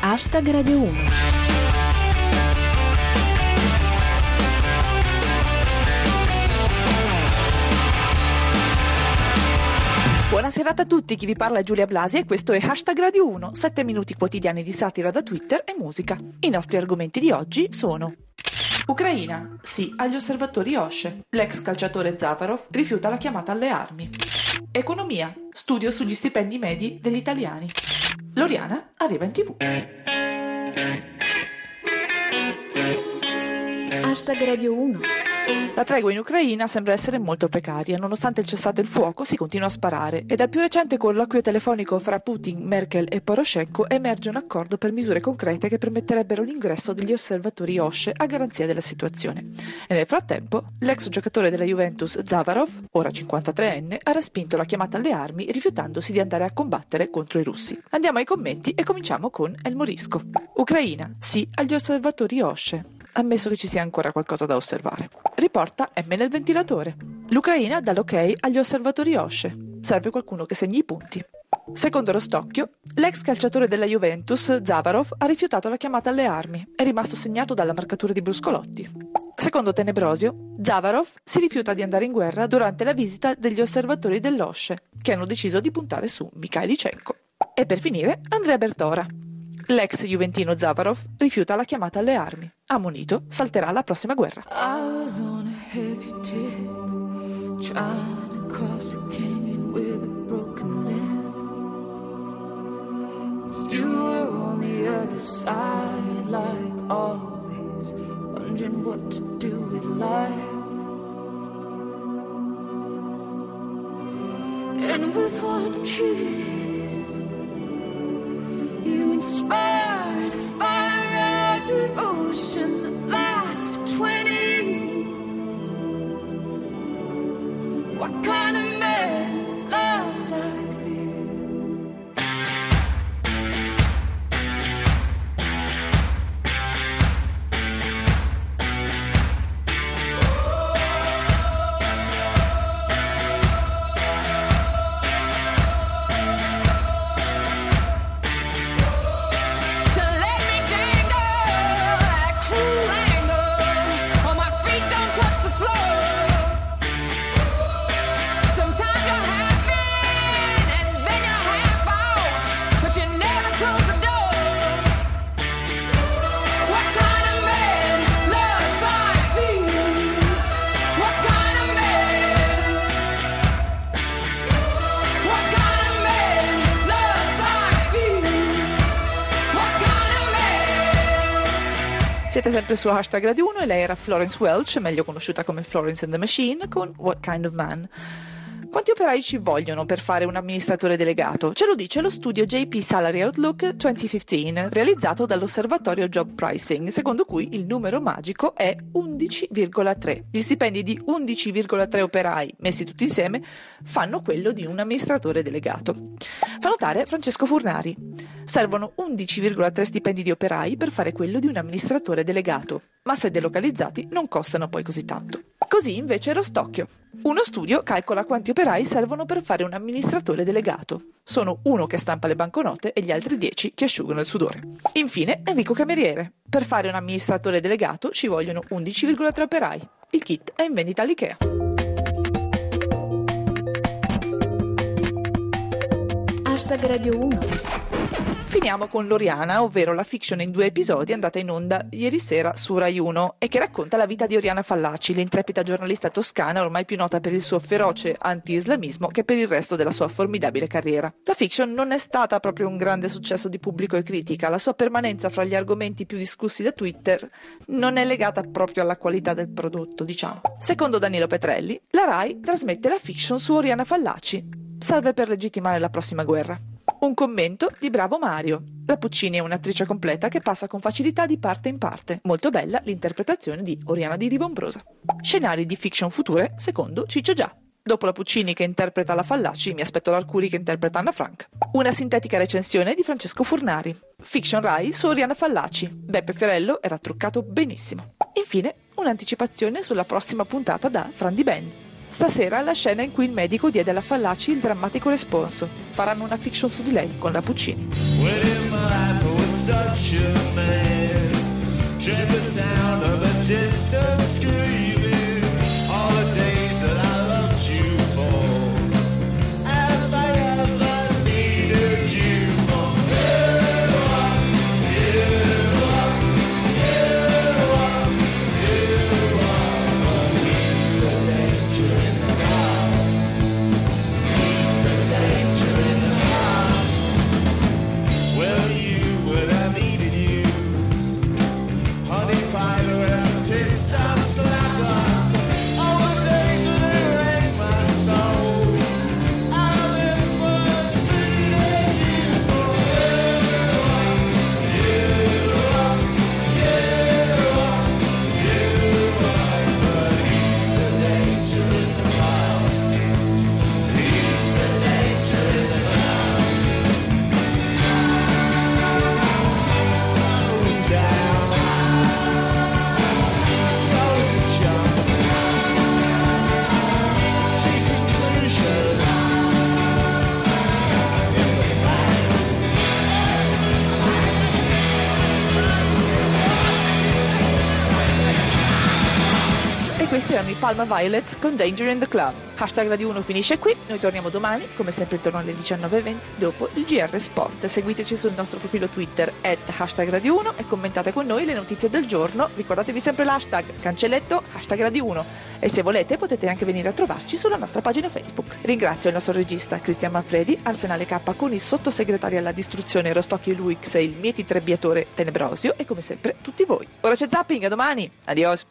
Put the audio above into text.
Radio 1. Buona serata a tutti, chi vi parla è Giulia Blasi e questo è Radio 1, 7 minuti quotidiani di satira da Twitter e musica. I nostri argomenti di oggi sono: Ucraina, sì agli osservatori OSCE, l'ex calciatore Zavarov rifiuta la chiamata alle armi. Economia, studio sugli stipendi medi degli italiani. L'Oriana arriva in TV. Radio 1. La tregua in Ucraina sembra essere molto precaria, nonostante il cessate il fuoco si continua a sparare e dal più recente colloquio telefonico fra Putin, Merkel e Poroshenko emerge un accordo per misure concrete che permetterebbero l'ingresso degli osservatori OSCE a garanzia della situazione. E nel frattempo, l'ex giocatore della Juventus Zavarov, ora 53enne, ha respinto la chiamata alle armi rifiutandosi di andare a combattere contro i russi. Andiamo ai commenti e cominciamo con El Morisco. Ucraina, sì agli osservatori OSCE. Ammesso che ci sia ancora qualcosa da osservare. Riporta M nel ventilatore. L'Ucraina dà l'ok agli osservatori OSCE. Serve qualcuno che segni i punti. Secondo Rostocchio, l'ex calciatore della Juventus, Zavarov, ha rifiutato la chiamata alle armi. È rimasto segnato dalla marcatura di Bruscolotti. Secondo Tenebrosio, Zavarov si rifiuta di andare in guerra durante la visita degli osservatori dell'OSCE, che hanno deciso di puntare su Mikhailichenko. E per finire, Andrea Bertora. L'ex juventino Zavarov rifiuta la chiamata alle armi. Ammonito, salterà la prossima guerra. I was on a heavy tip, trying to cross a canyon with a broken limb. You were on the other side, like always, wondering what to do with life. And with one kiss, you inspired a fire of devotion that lasts for 20 years. What kind of man loves like this? Siete sempre su Radio 1 e lei era Florence Welch, meglio conosciuta come Florence and the Machine, con What Kind of Man. Quanti operai ci vogliono per fare un amministratore delegato? Ce lo dice lo studio JP Salary Outlook 2015, realizzato dall'osservatorio Job Pricing, secondo cui il numero magico è 11,3. Gli stipendi di 11,3 operai, messi tutti insieme, fanno quello di un amministratore delegato. Fa notare Francesco Furnari. Servono 11,3 stipendi di operai per fare quello di un amministratore delegato, ma se delocalizzati non costano poi così tanto. Così invece Rostocchio. Uno studio calcola quanti operai servono per fare un amministratore delegato. Sono uno che stampa le banconote e gli altri 10 che asciugano il sudore. Infine Enrico Cameriere. Per fare un amministratore delegato ci vogliono 11,3 operai. Il kit è in vendita all'Ikea. Radio 1. Finiamo con L'Oriana, ovvero la fiction in 2 episodi andata in onda ieri sera su Rai 1 e che racconta la vita di Oriana Fallaci, l'intrepida giornalista toscana ormai più nota per il suo feroce anti-islamismo che per il resto della sua formidabile carriera. La fiction non è stata proprio un grande successo di pubblico e critica, la sua permanenza fra gli argomenti più discussi da Twitter non è legata proprio alla qualità del prodotto, diciamo. Secondo Danilo Petrelli, la Rai trasmette la fiction su Oriana Fallaci. Serve per legittimare la prossima guerra. Un commento di Bravo Mario. La Puccini è un'attrice completa che passa con facilità di parte in parte. Molto bella l'interpretazione di Oriana di Rivombrosa. Scenari di fiction future secondo Ciccio Già. Dopo la Puccini che interpreta la Fallaci, mi aspetto l'Arcuri che interpreta Anna Frank. Una sintetica recensione di Francesco Furnari. Fiction Rai su Oriana Fallaci. Beppe Fiorello era truccato benissimo. Infine, un'anticipazione sulla prossima puntata da Fran Di Ben. Stasera la scena in cui il medico diede alla Fallaci il drammatico responso. Faranno una fiction su di lei con la Puccini. such a man. Dread the sound of a distant screaming. All the days that I loved you for. Have I ever needed you more? Questi erano i Palma Violets con Danger in the Club. Hashtag Radio 1 finisce qui, noi torniamo domani, come sempre intorno alle 19:20, dopo il GR Sport. Seguiteci sul nostro profilo Twitter @hashtag Radio 1 e commentate con noi le notizie del giorno. Ricordatevi sempre l'hashtag cancelletto hashtag Radio 1 e se volete potete anche venire a trovarci sulla nostra pagina Facebook. Ringrazio il nostro regista Cristian Manfredi, Arsenale K con il sottosegretario alla distruzione Rostocchio Luix e il mieti trebbiatore Tenebrosio e come sempre tutti voi. Ora c'è zapping, a domani, adios!